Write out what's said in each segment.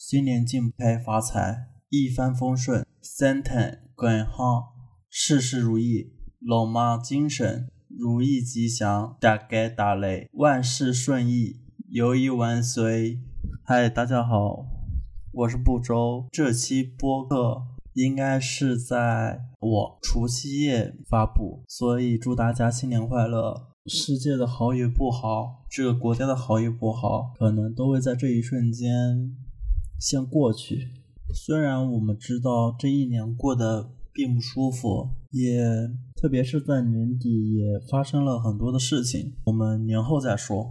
新年进步发财，一帆风顺，身体健康，事事如意，龙马精神，如意吉祥，大吉大利，万事顺意，友谊万岁。嗨，大家好，我是不周。这期播客应该是在我除夕夜发布，所以祝大家新年快乐。世界的好与不好，这个国家的好与不好，可能都会在这一瞬间先过去。虽然我们知道这一年过得并不舒服，也特别是在年底也发生了很多的事情，我们年后再说。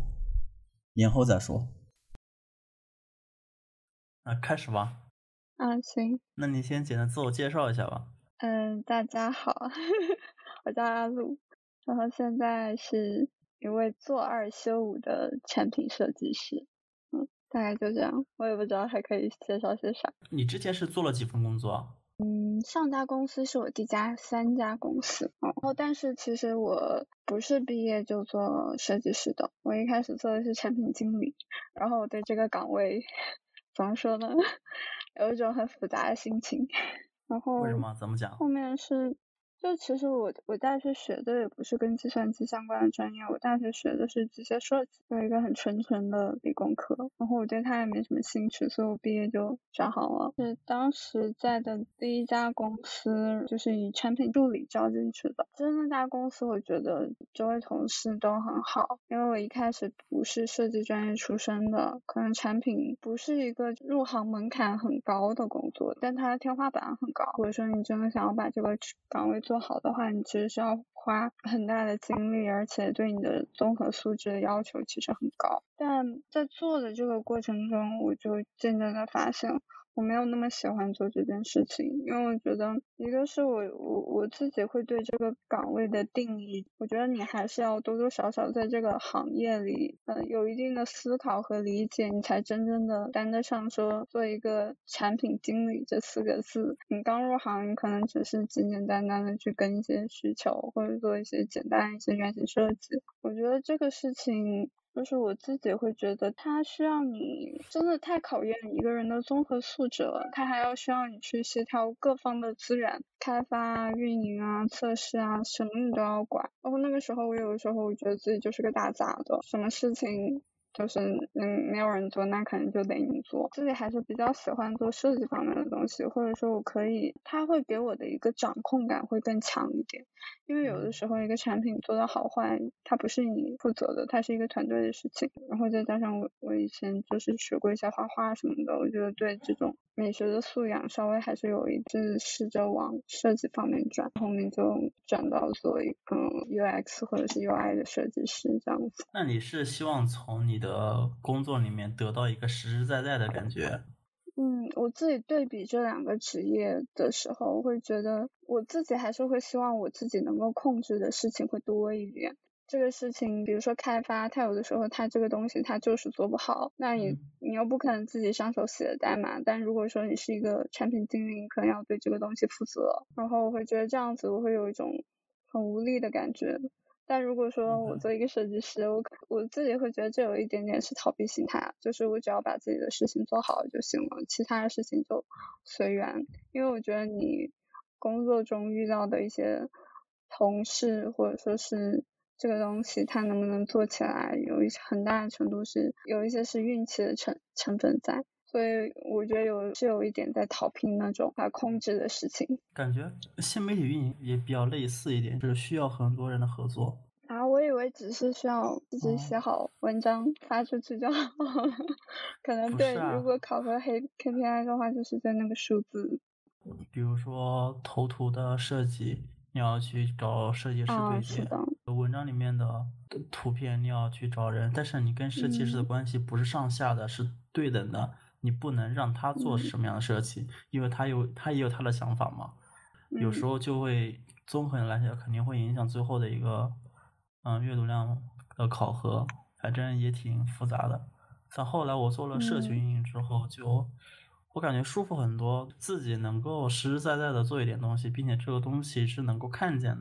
开始吧。 行。 那你先简单自我介绍一下吧。 大家好，我叫阿露，然后现在是一位做2休5的产品设计师。大概就这样，我也不知道还可以介绍些啥。 你之前是做了几份工作啊？ 上家公司是我第3家公司，然后但是其实我不是毕业就做设计师的，我一开始做的是产品经理，然后我对这个岗位怎么说呢，有一种很复杂的心情。然后为什么？怎么讲？ 后面是，就其实我大学学的也不是跟计算机相关的专业，我大学学的是机械设计，有一个很纯的理工科，然后我对它也没什么兴趣，所以我毕业就转行了。是当时在的第一家公司，就是以产品助理招进去的。就是那家公司我觉得周围同事都很好，因为我一开始不是设计专业出身的，可能产品不是一个入行门槛很高的工作，但它的天花板很高。或者说你真的想要把这个岗位做好的话，你其实是要花很大的精力，而且对你的综合素质的要求其实很高。但在做的这个过程中，我就渐渐的发现我没有那么喜欢做这件事情，因为我觉得一个是我自己会对这个岗位的定义，我觉得你还是要多多少少在这个行业里有一定的思考和理解，你才真正的担得上说做一个产品经理这4个字。你刚入行，你可能只是简简单单的去跟一些需求，或者做一些简单一些原型设计。我觉得这个事情就是我自己会觉得它需要你真的太考验一个人的综合素质了，它还要需要你去协调各方的资源，开发运营测试什么你都要管。然后那个时候我有的时候我觉得自己就是个打杂的，什么事情就是没有人做，那可能就得你做。自己还是比较喜欢做设计方面的东西，或者说我可以，它会给我的一个掌控感会更强一点。因为有的时候一个产品做的好坏，它不是你负责的，它是一个团队的事情。然后再加上我以前就是学过一些画画什么的，我觉得对这种美学的素养稍微还是有一致，试着往设计方面转，后面就转到做一个UX 或者是 UI 的设计师这样子。 那你是希望从你的工作里面得到一个实实在在的感觉？ 我自己对比这2个职业的时候，我会觉得我自己还是会希望我自己能够控制的事情会多一点。这个事情比如说开发，它有的时候它这个东西它就是做不好，那你又不可能自己上手写代码，但如果说你是一个产品经理，你可能要对这个东西负责，然后我会觉得这样子我会有一种很无力的感觉。但如果说我做一个设计师，我自己会觉得这有一点点是逃避心态，就是我只要把自己的事情做好就行了，其他的事情就随缘。因为我觉得你工作中遇到的一些同事，或者说是这个东西它能不能做起来，有很大的程度是有一些是运气的成分在。所以我觉得有一点在逃避那种把控制的事情。 感觉新媒体运营也比较类似一点，就是需要很多人的合作。 我以为只是需要自己写好文章发出去就好了，可能对， 不是啊， 如果考核KPI 的话，就是在那个数字。 比如说头图的设计，你要去找设计师对接； 是的。 文章里面的图片你要去找人，但是你跟设计师的关系不是上下的，是对等的。你不能让他做什么样的设计，因为他也有他的想法嘛。有时候就会综合来讲，肯定会影响最后的一个阅读量的考核，反正也挺复杂的。但后来我做了社群运营之后，我感觉舒服很多，自己能够实实在在的做一点东西，并且这个东西是能够看见的。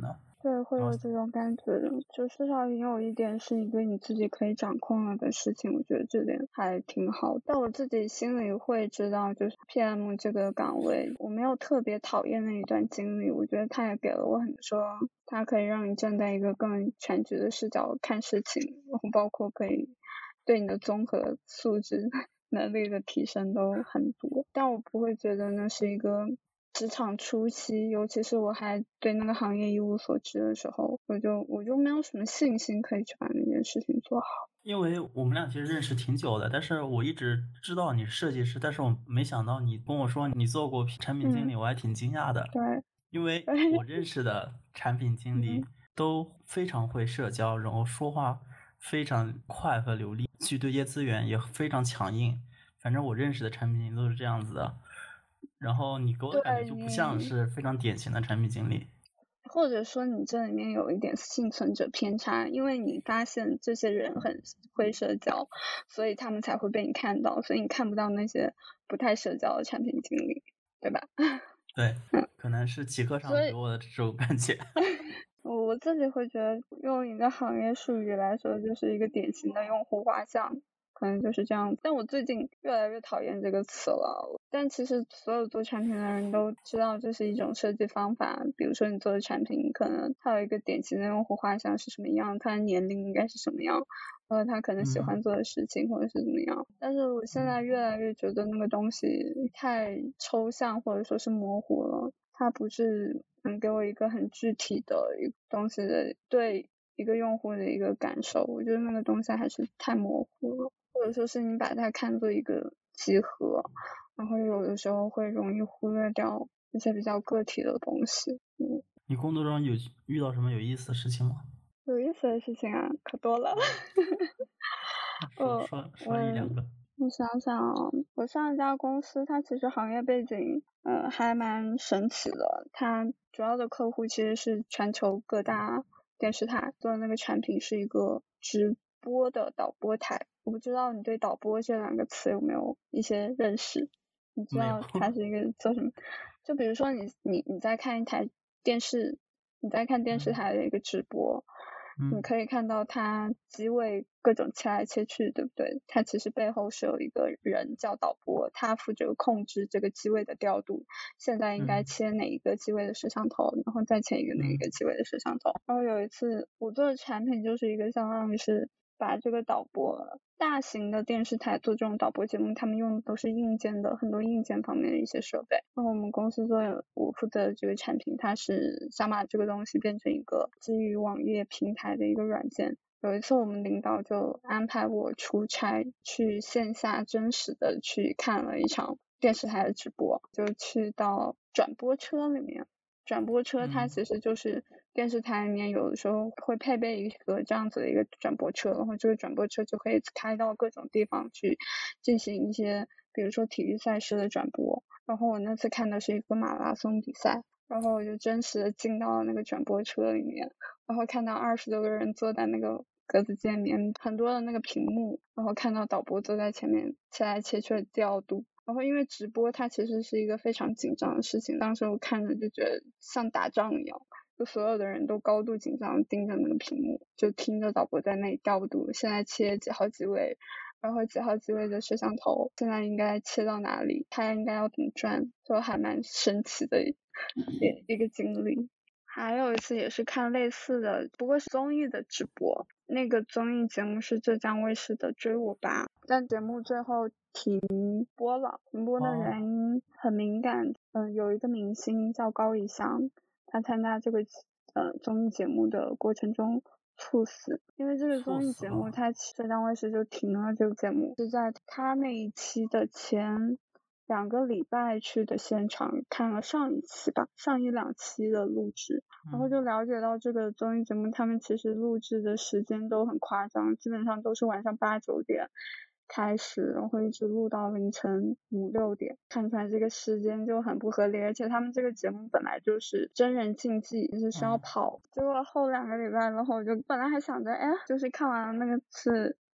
对，会然后有这种感觉的，就至少也有一点是一个你自己可以掌控了的事情，我觉得这点还挺好。但我自己心里会知道，就是 PM 这个岗位，我没有特别讨厌那一段经历，我觉得它也给了我很多，它可以让你站在一个更全局的视角看事情，然后包括可以对你的综合素质能力的提升都很多，但我不会觉得那是一个职场初期，尤其是我还对那个行业一无所知的时候，我就没有什么信心可以去把那件事情做好。 因为我们俩其实认识挺久的，但是我一直知道你是设计师，但是我没想到你跟我说你做过产品经理，我还挺惊讶的。 对因为我认识的产品经理都非常会社交，然后说话非常快和流利，去对接资源也非常强硬。反正我认识的产品经理都是这样子的。然后你给我的感觉对就不像你， 是非常典型的产品经理。 或者说你这里面有一点幸存者偏差，因为你发现这些人很会社交，所以他们才会被你看到，所以你看不到那些不太社交的产品经理，对吧？ 对，可能是极客上所以给我的这种感觉。 我自己会觉得，用一个行业术语来说，就是一个典型的用户画像，可能就是这样。但我最近越来越讨厌这个词了。但其实所有做产品的人都知道这是一种设计方法。比如说你做的产品，可能它有一个典型的用户画像是什么样，它的年龄应该是什么样，他可能喜欢做的事情或者是怎么样。但是我现在越来越觉得那个东西太抽象或者说是模糊了。它不是能给我一个很具体的一个东西的对一个用户的一个感受，我觉得那个东西还是太模糊了，或者说是你把它看作一个集合，然后有的时候会容易忽略掉一些比较个体的东西。 你工作中有遇到什么有意思的事情吗？ 有意思的事情啊，可多了。 说说说一我两个。 我想想啊，我上一家公司，它其实行业背景，还蛮神奇的。它主要的客户其实是全球各大电视台，做的那个产品是一个直播的导播台。我不知道你对导播这两个词有没有一些认识？你知没有。 道它是一个做什么？就比如说你在看一台电视，你在看电视台的一个直播。你可以看到它机位各种切来切去，对不对？它其实背后是有一个人叫导播，他负责控制这个机位的调度。现在应该切哪一个机位的摄像头，然后再切一个哪一个机位的摄像头。然后有一次我做的产品就是一个相当于是把这个导播，大型的电视台做这种导播节目，他们用的都是硬件的，很多硬件方面的一些设备。然后我们公司我负责的这个产品，它是想把这个东西变成一个基于网页平台的一个软件。有一次我们领导就安排我出差去线下真实的去看了一场电视台的直播，就去到转播车里面。转播车它其实就是电视台里面有的时候会配备一个这样子的一个转播车，然后这个转播车就可以开到各种地方去进行一些比如说体育赛事的转播。然后我那次看的是一个马拉松比赛，然后我就真实的进到了那个转播车里面，然后看到20多个人坐在那个格子间里面，很多的那个屏幕，然后看到导播坐在前面切来切去的调度。然后因为直播它其实是一个非常紧张的事情，当时我看着就觉得像打仗一样，就所有的人都高度紧张盯着那个屏幕，就听着导播在那里调度，现在切几号机位，然后几号机位的摄像头现在应该切到哪里，它应该要怎么转，就还蛮神奇的一个经历。还有一次也是看类似的，不过是综艺的直播。那个综艺节目是浙江卫视的《追我吧》，但节目最后停播了。停播的原因很敏感，有一个明星叫高以翔，他参加这个综艺节目的过程中猝死。因为这个综艺节目，浙江卫视就停了这个节目，是在他那一期的前2个礼拜去的现场看了上一期吧，上1、2期的录制，然后就了解到这个综艺节目他们其实录制的时间都很夸张，基本上都是晚上8、9点开始，然后一直录到凌晨5、6点，看出来这个时间就很不合理。而且他们这个节目本来就是真人竞技，就是需要跑，结果后2个礼拜，然后我就本来还想着，哎，就是看完了那个是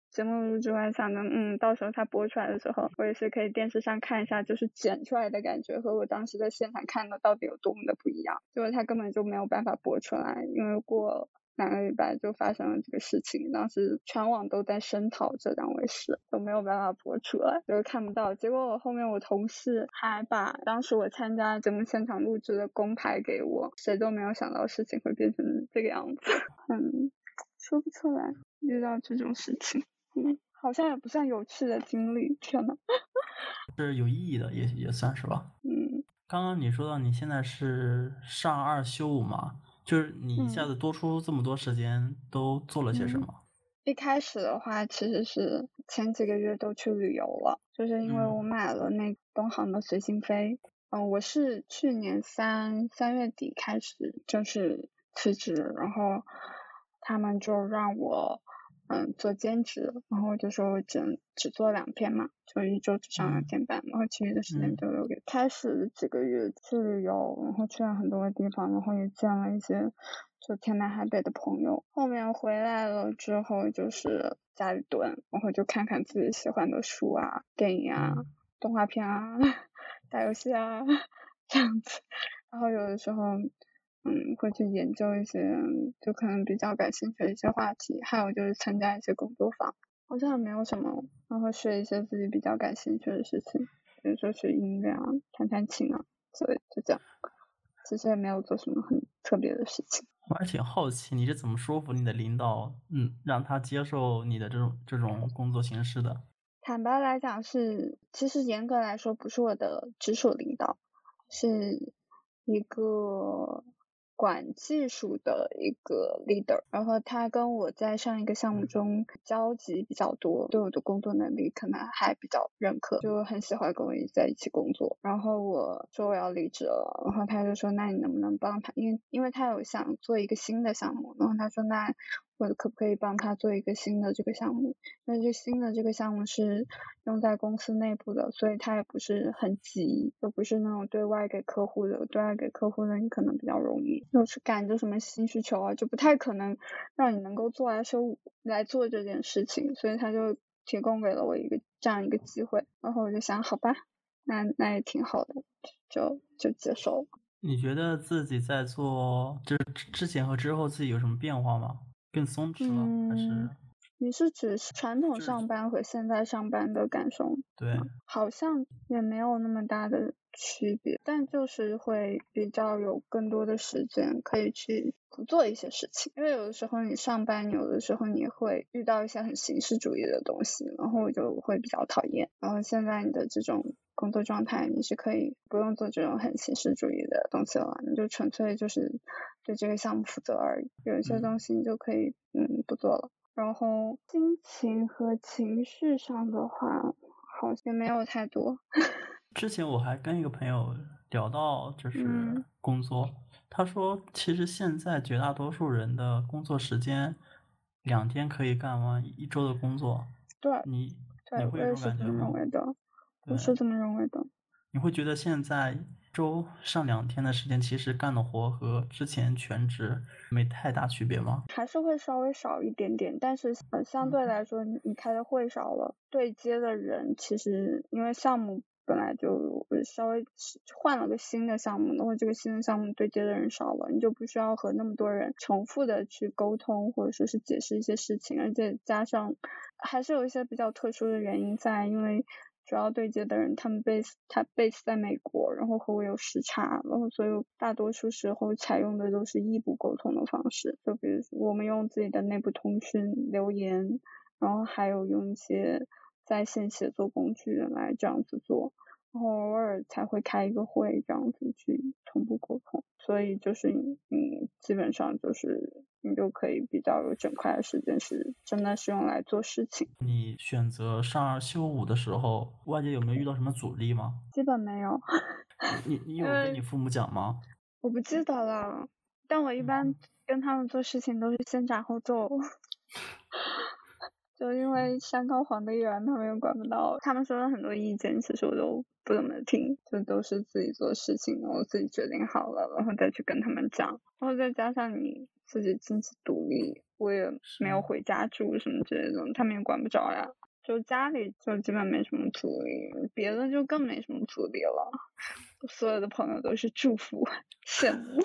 节目录制，我还想着，到时候它播出来的时候，我也是可以电视上看一下，就是剪出来的感觉和我当时在现场看的到底有多么的不一样。结果它根本就没有办法播出来，因为过2个礼拜就发生了这个事情，当时全网都在声讨浙江卫视，都没有办法播出来，就是看不到。结果后面我同事还把当时我参加节目现场录制的公牌给我，谁都没有想到事情会变成这个样子。说不出来，遇到这种事情，好像也不算有趣的经历，天呐。 是有意义的，也算是吧。刚刚你说到你现在是上2休5嘛，就是你一下子多出这么多时间，都做了些什么？ 一开始的话，其实是前几个月都去旅游了，就是因为我买了那东航的随心飞。我是去年3月底开始就是辞职，然后他们就让我做兼职，然后就说我只做2天嘛，就1周只上2天班，然后其余的时间就留给开始几个月去旅游，然后去了很多个地方，然后也见了一些就天南海北的朋友。后面回来了之后就是家里蹲，然后就看看自己喜欢的书啊、电影啊、动画片啊、打游戏啊这样子，然后有的时候会去研究一些就可能比较感兴趣的一些话题，还有就是参加一些工作坊，好像也没有什么，然后学一些自己比较感兴趣的事情，比如说学音乐啊、弹琴啊，所以就这样，其实也没有做什么很特别的事情。 我还挺好奇你是怎么说服你的领导，让他接受你的这种工作形式的？ 坦白来讲其实严格来说不是我的直属领导，是一个管技术的一个 leader， 然后他跟我在上一个项目中交集比较多，对我的工作能力可能还比较认可，就很喜欢跟我在一起工作。然后我说我要离职了，然后他就说那你能不能帮他，因为他有想做一个新的项目，然后他说那我可不可以帮他做一个新的这个项目，因为新的这个项目是用在公司内部的，所以它也不是很急，又不是那种对外给客户的，对外给客户的你可能比较容易又去赶着什么新需求啊，就不太可能让你能够做来做这件事情，所以他就提供给了我这样一个机会，然后我就想好吧，那也挺好的，就接受了。 你觉得自己在做就是之前和之后自己有什么变化吗？更松弛了还是？ 你是指传统上班和现在上班的感受？ 对， 好像也没有那么大的区别，但就是会比较有更多的时间可以去不做一些事情，因为有的时候你上班，有的时候你会遇到一些很形式主义的东西，然后我就会比较讨厌。然后现在你的这种工作状态，你是可以不用做这种很形式主义的东西了，你就纯粹就是对这个项目负责而已。有一些东西你就可以不做了。然后心情和情绪上的话，好像没有太多。 之前我还跟一个朋友聊到就是工作，他说其实现在绝大多数人的工作时间2天可以干完1周的工作。 对， 你我会有这种感觉吗？ 也是这么认为的，我是这么认为的。 你会觉得现在周上2天的时间，其实干的活和之前全职没太大区别吗？ 还是会稍微少一点点，但是相对来说，你开的会少了，对接的人其实因为项目本来就稍微换了个新的项目，然后这个新的项目对接的人少了，你就不需要和那么多人重复的去沟通或者说是解释一些事情，而且加上还是有一些比较特殊的原因在，因为主要对接的人他 base 在美国，然后和我有时差，然后所以大多数时候采用的都是异步沟通的方式，就比如说我们用自己的内部通讯留言，然后还有用一些在线写作工具来这样子做，然后偶尔才会开一个会这样子去同步沟通，所以就是你基本上就是你就可以比较有整块的时间是真的是用来做事情。 你选择上2休5的时候，外界有没有遇到什么阻力吗？ 基本没有。 你有跟你父母讲吗？ 我不记得了，但我一般跟他们做事情都是先斩后奏。 就因为山高皇帝远，他们又管不到，他们说的很多意见，其实我都不怎么听，就都是自己做事情，然后自己决定好了，然后再去跟他们讲，然后再加上你自己经济独立，我也没有回家住什么之类的，他们也管不着呀。就家里就基本没什么阻力，别的就更没什么阻力了。所有的朋友都是祝福、羡慕，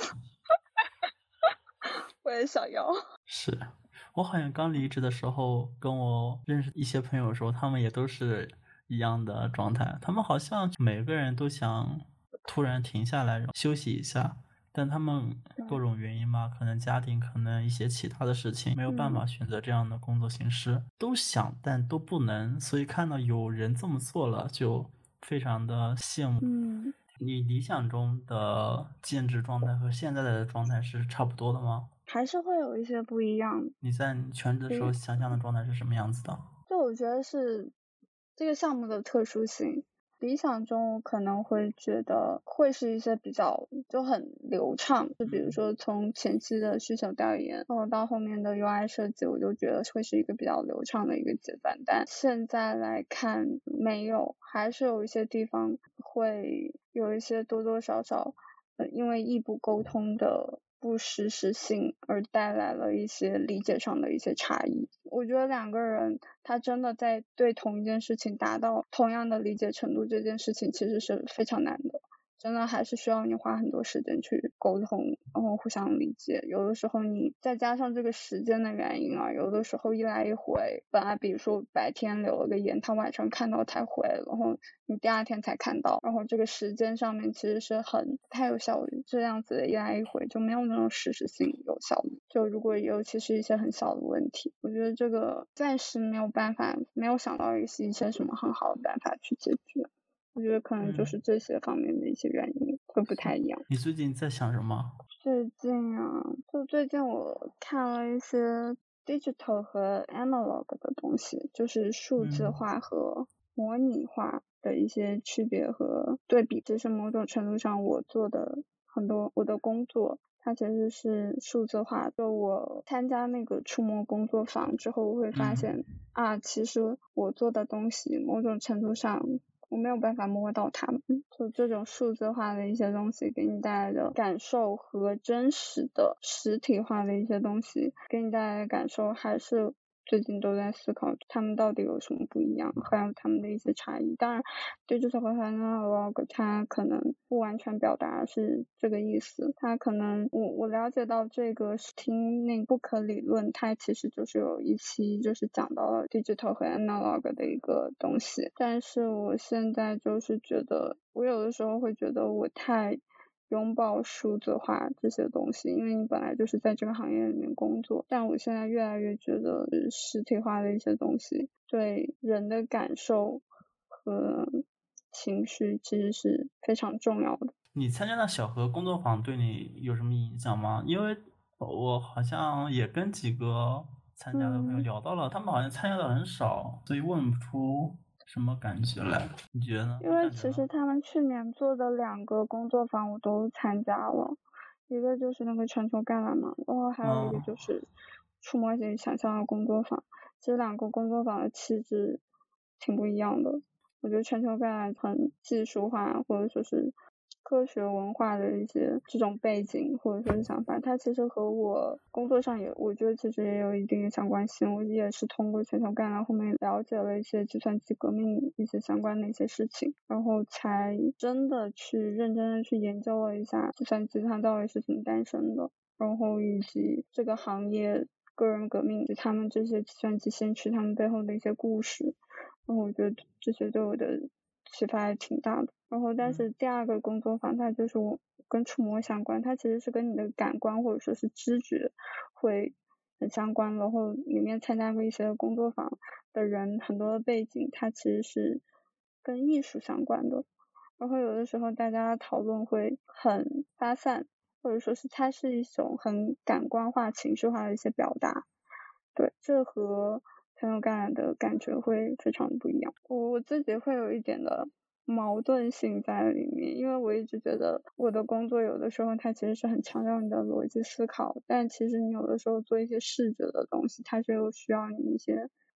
我也想要。 是我好像刚离职的时候，跟我认识一些朋友说，他们也都是一样的状态。他们好像每个人都想突然停下来，然后休息一下，但他们各种原因嘛，可能家庭，可能一些其他的事情，没有办法选择这样的工作形式，都想但都不能。所以看到有人这么做了，就非常的羡慕。你理想中的兼职状态和现在的状态是差不多的吗？ 还是会有一些不一样。 你在全职的时候想象的状态是什么样子的？ 就我觉得是这个项目的特殊性。理想中可能会觉得会是一些比较就很流畅，就比如说从前期的需求调研，然后到后面的 UI 设计，我就觉得会是一个比较流畅的一个阶段。但现在来看没有，还是有一些地方会有一些多多少少因为异步沟通的不实时性而带来了一些理解上的一些差异。我觉得两个人他真的在对同一件事情达到同样的理解程度，这件事情其实是非常难的。真的还是需要你花很多时间去沟通，然后互相理解。有的时候你再加上这个时间的原因啊，有的时候一来一回，本来比如说白天留了个言，他晚上看到才回，然后你第二天才看到，然后这个时间上面其实是很不太有效率，这样子的一来一回就没有那种实时性有效率。就如果尤其是一些很小的问题，我觉得这个暂时没有办法，没有想到一些什么很好的办法去解决。我觉得可能就是这些方面的一些原因会不太一样。 你最近在想什么？ 最近啊，就最近我看了一些 digital 和 analog 的东西，就是数字化和模拟化的一些区别和对比。其实某种程度上，我做的很多我的工作，它其实是数字化。就我参加那个触摸工作坊之后，我会发现啊，其实我做的东西某种程度上我没有办法摸到它们，就这种数字化的一些东西给你带来的感受和真实的实体化的一些东西给你带来的感受，还是最近都在思考他们到底有什么不一样，还有他们的一些差异。当然 digital 和 analog 它可能不完全表达是这个意思，它可能我了解到这个是听那不可理论，它其实就是有一期就是讲到了 digital 和 analog 的一个东西。但是我现在就是觉得我有的时候会觉得我太拥抱数字化这些东西，因为你本来就是在这个行业里面工作，但我现在越来越觉得实体化的一些东西对人的感受和情绪其实是非常重要的。 你参加的小何工作坊对你有什么影响吗？因为我好像也跟几个参加的朋友聊到了，他们好像参加的很少，所以问不出什么感觉来。你觉得呢？ 因为其实他们去年做的2个工作坊我都参加了，一个就是那个全球橄榄嘛，然后还有一个就是触摸型想象的工作坊。其实2个工作坊的气质挺不一样的。我觉得全球橄榄很技术化，或者说是科学文化的一些这种背景或者说是想法，它其实和我工作上我觉得其实也有一定的相关性。我也是通过全球橄榄后面了解了一些计算机革命一些相关的一些事情，然后才真的去认真的去研究了一下计算机它到底是怎么诞生的，然后以及这个行业个人革命他们这些计算机先驱他们背后的一些故事。然后我觉得这些对我的启发还挺大的。然后但是第2个工作坊它就是我跟触摸相关，它其实是跟你的感官或者说是知觉会很相关。然后里面参加过一些工作坊的人很多的背景它其实是跟艺术相关的，然后有的时候大家讨论会很发散，或者说是它是一种很感官化情绪化的一些表达。对，这和全球橄榄的感觉会非常不一样。我自己会有一点的矛盾性在里面，因为我一直觉得我的工作有的时候它其实是很强调你的逻辑思考，但其实你有的时候做一些视觉的东西，它是又需要你一些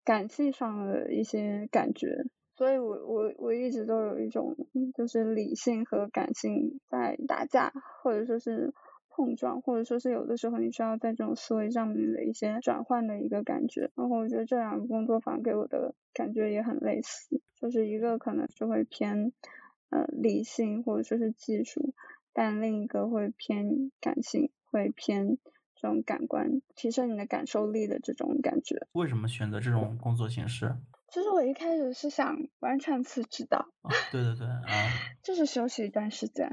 感性上的一些感觉。所以我一直都有一种就是理性和感性在打架，或者说是碰撞，或者说是有的时候你需要在这种思维上面的一些转换的一个感觉。然后我觉得这两个工作坊给我的感觉也很类似，就是一个可能是会偏理性或者说是技术，但另一个会偏感性，会偏这种感官，提升你的感受力的这种感觉。 为什么选择这种工作形式？ 其实我一开始是想完全辞职的， 对对对啊， 就是休息一段时间，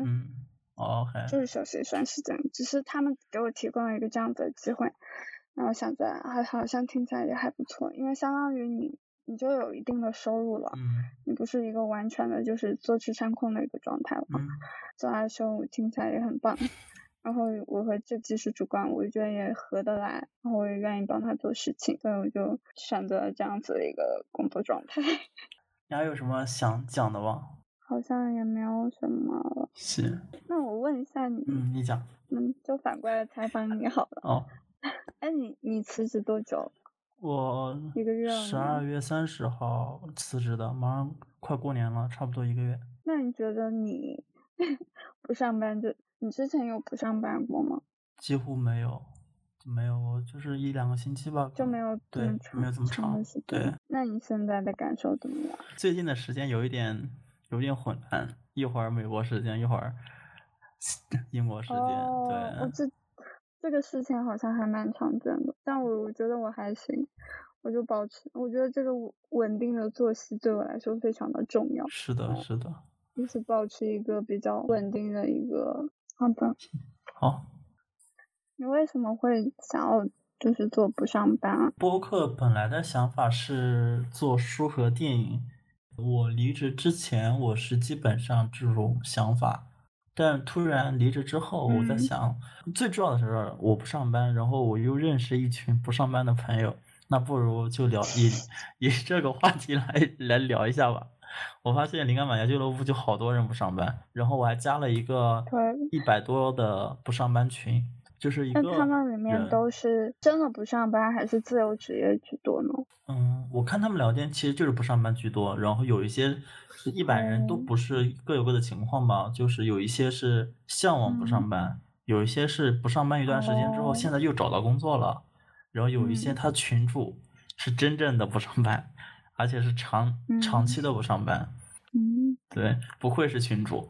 OK， 就是休息一段时间，只是他们给我提供了一个这样子的机会，然后想着好像听起来也还不错，因为相当于你就有一定的收入了，你不是一个完全的就是坐吃山空的一个状态了，做他的收入听起来也很棒。然后我和这技术主管，我觉得也合得来，然后我也愿意帮他做事情，所以我就选择了这样子的一个工作状态。 你还有什么想讲的吗？ 好像也没有什么了。 是。 那我问一下你， 你讲。 就反过来采访你好了。 哦。 哎，你辞职多久？ 我 1个月了吗 12月30号辞职的，马上快过年了，差不多1个月。 那你觉得你不上班你之前有不上班过吗？ 几乎没有，就是1-2个星期吧， 就没有这么没有这么长的时对。 间。那你现在的感受怎么样？ 最近的时间有一点混乱，一会儿美国时间，一会儿英国时间，对。 这个事情好像还蛮常见的，但我觉得我还行，我觉得这个稳定的作息对我来说非常的重要。 是的，是的。 就是保持一个比较稳定的一个。好的。 好。 你为什么会想要就是做不上班啊？ 播客本来的想法是做书和电影，我离职之前我是基本上这种想法，但突然离职之后，我在想，最重要的是我不上班，然后我又认识一群不上班的朋友，那不如就以这个话题来聊一下吧。我发现灵感买家俱乐部就好多人不上班，然后我还加了一个100多的不上班群，就是一个那他们里面都是真的不上班还是自由职业居多呢？ 我看他们聊天其实就是不上班居多，然后有一些是100人都不是各有各的情况吧，就是有一些是向往不上班，有一些是不上班一段时间之后现在又找到工作了，然后有一些他群主是真正的不上班，而且是长期的不上班。对，不愧是群主。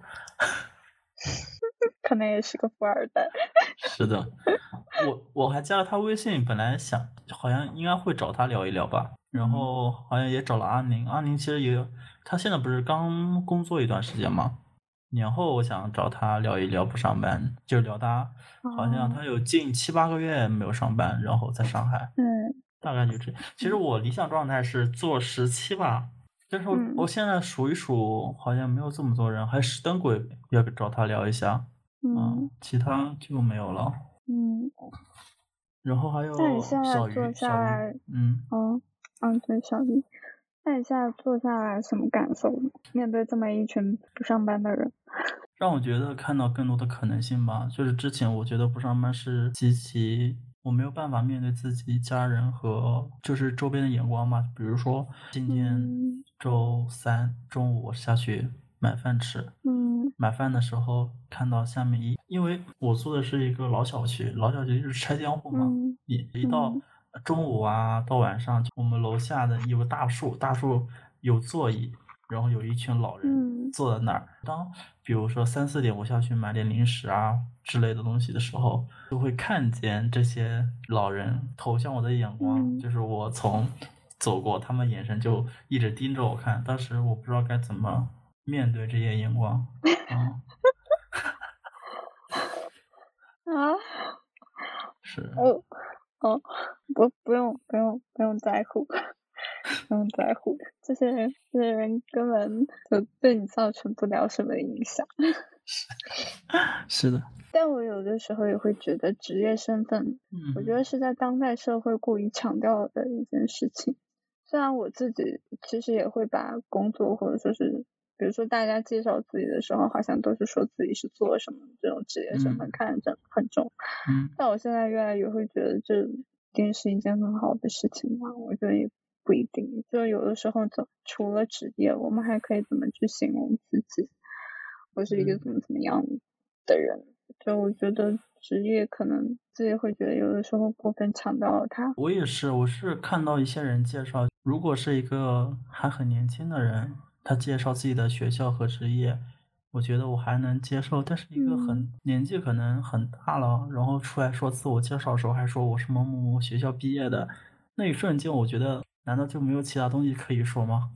可能也是个富二代。 是的，我还加了他微信，本来想好像应该会找他聊一聊吧，然后好像也找了阿宁，阿宁其实他现在不是刚工作一段时间吗？年后我想找他聊一聊不上班，就聊他好像他有近7-8个月没有上班，然后在上海，大概就这。其实我理想状态是做17吧，但是我现在数一数，好像没有这么多人，还是灯鬼要找他聊一下。其他就没有了。然后还有那你现在做下来，对，小鱼。那你现在做下来什么感受呢？面对这么一群不上班的人， 让我觉得看到更多的可能性吧。就是之前我觉得不上班是极其我没有办法面对自己家人和就是周边的眼光嘛。比如说今天周3中午我下去买饭吃，买饭的时候看到下面因为我住的是一个老小区，老小区就是拆迁户嘛，一到中午啊到晚上，我们楼下的有个大树有座椅，然后有一群老人坐在那儿。当比如说3-4点我下去买点零食啊之类的东西的时候，就会看见这些老人投向我的眼光，就是我从走过，他们眼神就一直盯着我看。当时我不知道该怎么面对这些眼光。是。 不用在乎，不用在乎，这些人根本就对你造成不了什么影响。 是的。 但我有的时候也会觉得职业身份，我觉得是在当代社会过于强调的一件事情。虽然我自己其实也会把工作或者说是比如说大家介绍自己的时候好像都是说自己是做什么，这种职业身份看着很重。但我现在越来越会觉得这一定是一件很好的事情嘛，我觉得也不一定，就有的时候除了职业，我们还可以怎么去形容自己，我是一个怎么样的人。就我觉得职业可能自己会觉得有的时候过分强调了它。 我是看到一些人介绍，如果是一个还很年轻的人，他介绍自己的学校和职业，我觉得我还能接受。但是一个年纪可能很大了，然后出来说自我介绍的时候还说我是某某某学校毕业的，那一瞬间我觉得难道就没有其他东西可以说吗？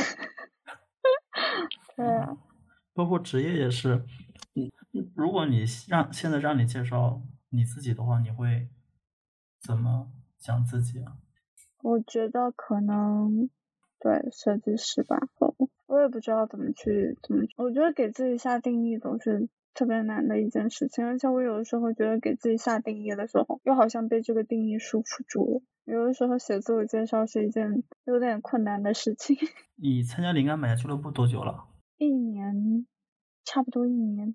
对啊， 包括职业也是，如果你现在让你介绍你自己的话，你会怎么讲自己啊？ 我觉得可能对设计师吧，我也不知道怎么，我觉得给自己下定义总是特别难的一件事情，而且我有的时候觉得给自己下定义的时候，又好像被这个定义束缚住了。有的时候写自我介绍是一件有点困难的事情。 你参加灵感买家俱乐部多久了 ？1年，差不多1年。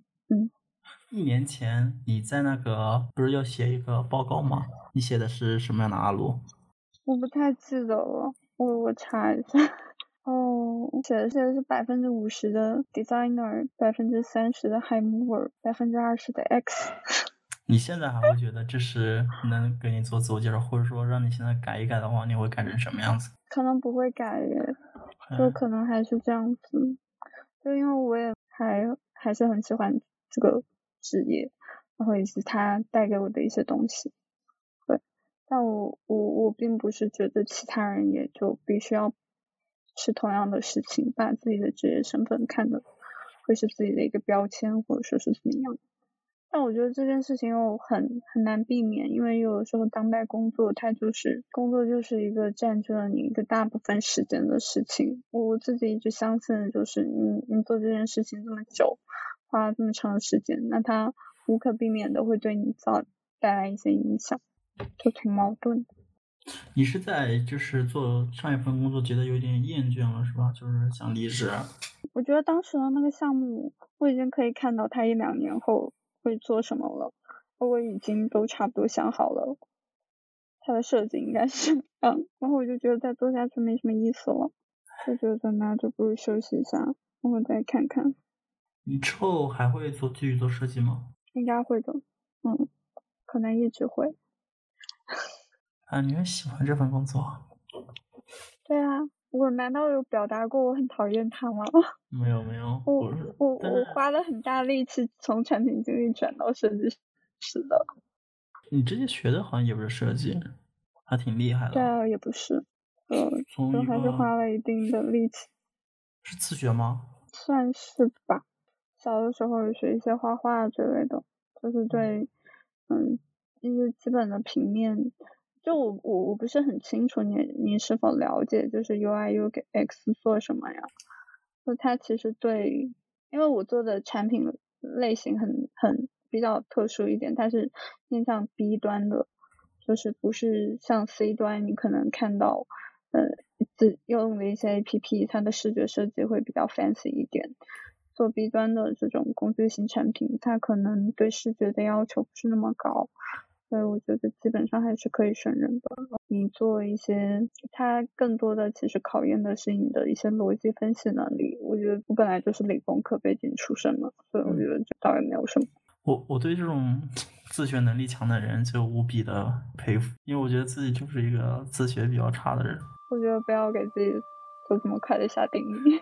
？1年前你在那个不是要写一个报告吗？你写的是什么样的阿鲁？ 我不太记得了，我查一下。写的是50%的 designer， 30%的 high mover， 20%的 X。 你现在还会觉得这是能给你做自我介绍，或者说让你现在改一改的话，你会改成什么样子？ 可能不会改耶，就可能还是这样子。就因为我也还是很喜欢这个职业，然后以及它带给我的一些东西。对，但我并不是觉得其他人也就必须要是同样的事情，把自己的职业身份看的会是自己的一个标签，或者说是怎么样。但我觉得这件事情又很难避免，因为有的时候当代工作就是一个占据了你一个大部分时间的事情。我自己一直相信的就是你做这件事情这么久，花了这么长的时间，那它无可避免的会对你带来一些影响，就挺矛盾的。 你是在就是做上一份工作觉得有点厌倦了是吧？就是想离职。 我觉得当时的那个项目，我已经可以看到它1-2年后会做什么了，我已经都差不多想好了它的设计应该是然后我就觉得再做下去没什么意思了，就觉得那就不如休息一下，然后再看看。 你之后还会继续做设计吗？ 应该会的，可能一直会。 啊，你很喜欢这份工作？ 对啊，我难道有表达过我很讨厌它吗？ 没有没有， 我花了很大力气从产品经理转到设计师的。 你之前学的好像也不是设计，还挺厉害的。 对啊，也不是，就还是花了一定的力气。 是自学吗？ 算是吧，小的时候有学一些画画之类的，就是对，一些基本的平面，就我不是很清楚你是否了解，就是 UI UX 做什么呀？就它其实对，因为我做的产品类型很比较特殊一点，它是面向 B 端的，就是不是像 C 端你可能看到用的一些 APP， 它的视觉设计会比较 fancy 一点。做 B 端的这种工具型产品，它可能对视觉的要求不是那么高，所以我觉得基本上还是可以胜任的。你做一些，它更多的其实考验的是你的一些逻辑分析能力。我觉得我本来就是理工科背景出身嘛，所以我觉得这倒也没有什么。 我对这种自学能力强的人就无比的佩服，因为我觉得自己就是一个自学比较差的人。 我觉得不要给自己就这么快的下定义。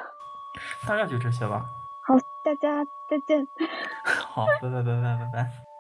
大概就这些吧。 好，大家再见。 好，拜拜拜拜拜拜。